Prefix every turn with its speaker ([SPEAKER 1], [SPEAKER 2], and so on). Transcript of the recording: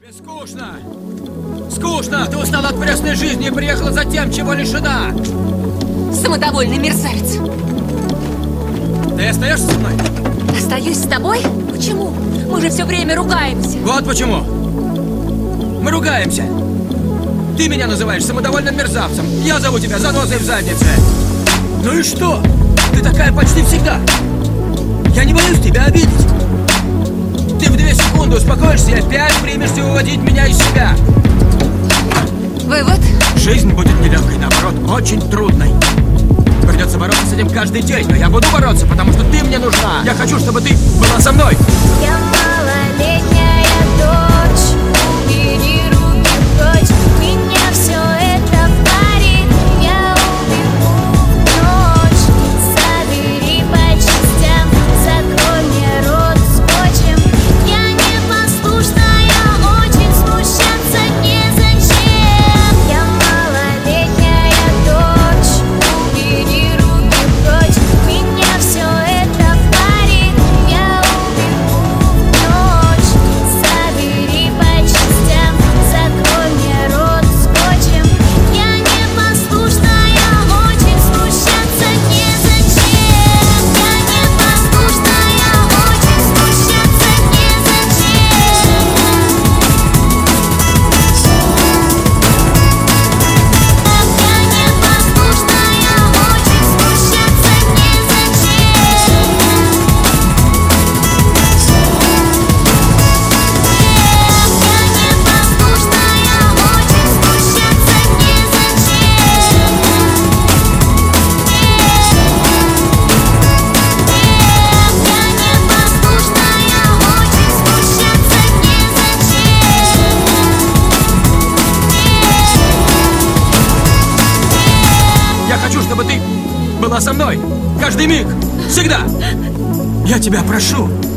[SPEAKER 1] Скучно! Скучно! Ты устала от пресной жизни и приехала за тем, чего лишена!
[SPEAKER 2] Самодовольный мерзавец!
[SPEAKER 1] Ты остаешься со мной?
[SPEAKER 2] Остаюсь с тобой? Почему? Мы же все время ругаемся.
[SPEAKER 1] Вот почему! Мы ругаемся! Ты меня называешь самодовольным мерзавцем. Я зову тебя занозой в заднице. Ну и что? Ты такая почти всегда. Я не боюсь тебя обидеть. Ты в 2 секунды успокоишься и опять примешься уводить меня из себя.
[SPEAKER 2] Вывод?
[SPEAKER 1] Жизнь будет нелегкой, наоборот, очень трудной. Придется бороться с этим каждый день, но я буду бороться, потому что ты мне нужна. Я хочу, чтобы ты была со мной.
[SPEAKER 3] Я малолетняя дочь, убери руки прочь, меня все это парит, я убегу в ночь. Собери по частям, закрой мне рот скотчем. Я непослушная, очень смущаться незачем. Я малолетняя дочь, убери руки прочь, меня все это парит, я убегу в ночь. Собери по частям, закрой мне рот скотчем. Я непослушная, очень смущаться незачем. Я непослушная, очень смущаться незачем. Я непослушная, очень смущаться
[SPEAKER 1] Я хочу, чтобы ты была со мной. Каждый миг. Всегда. Я тебя прошу.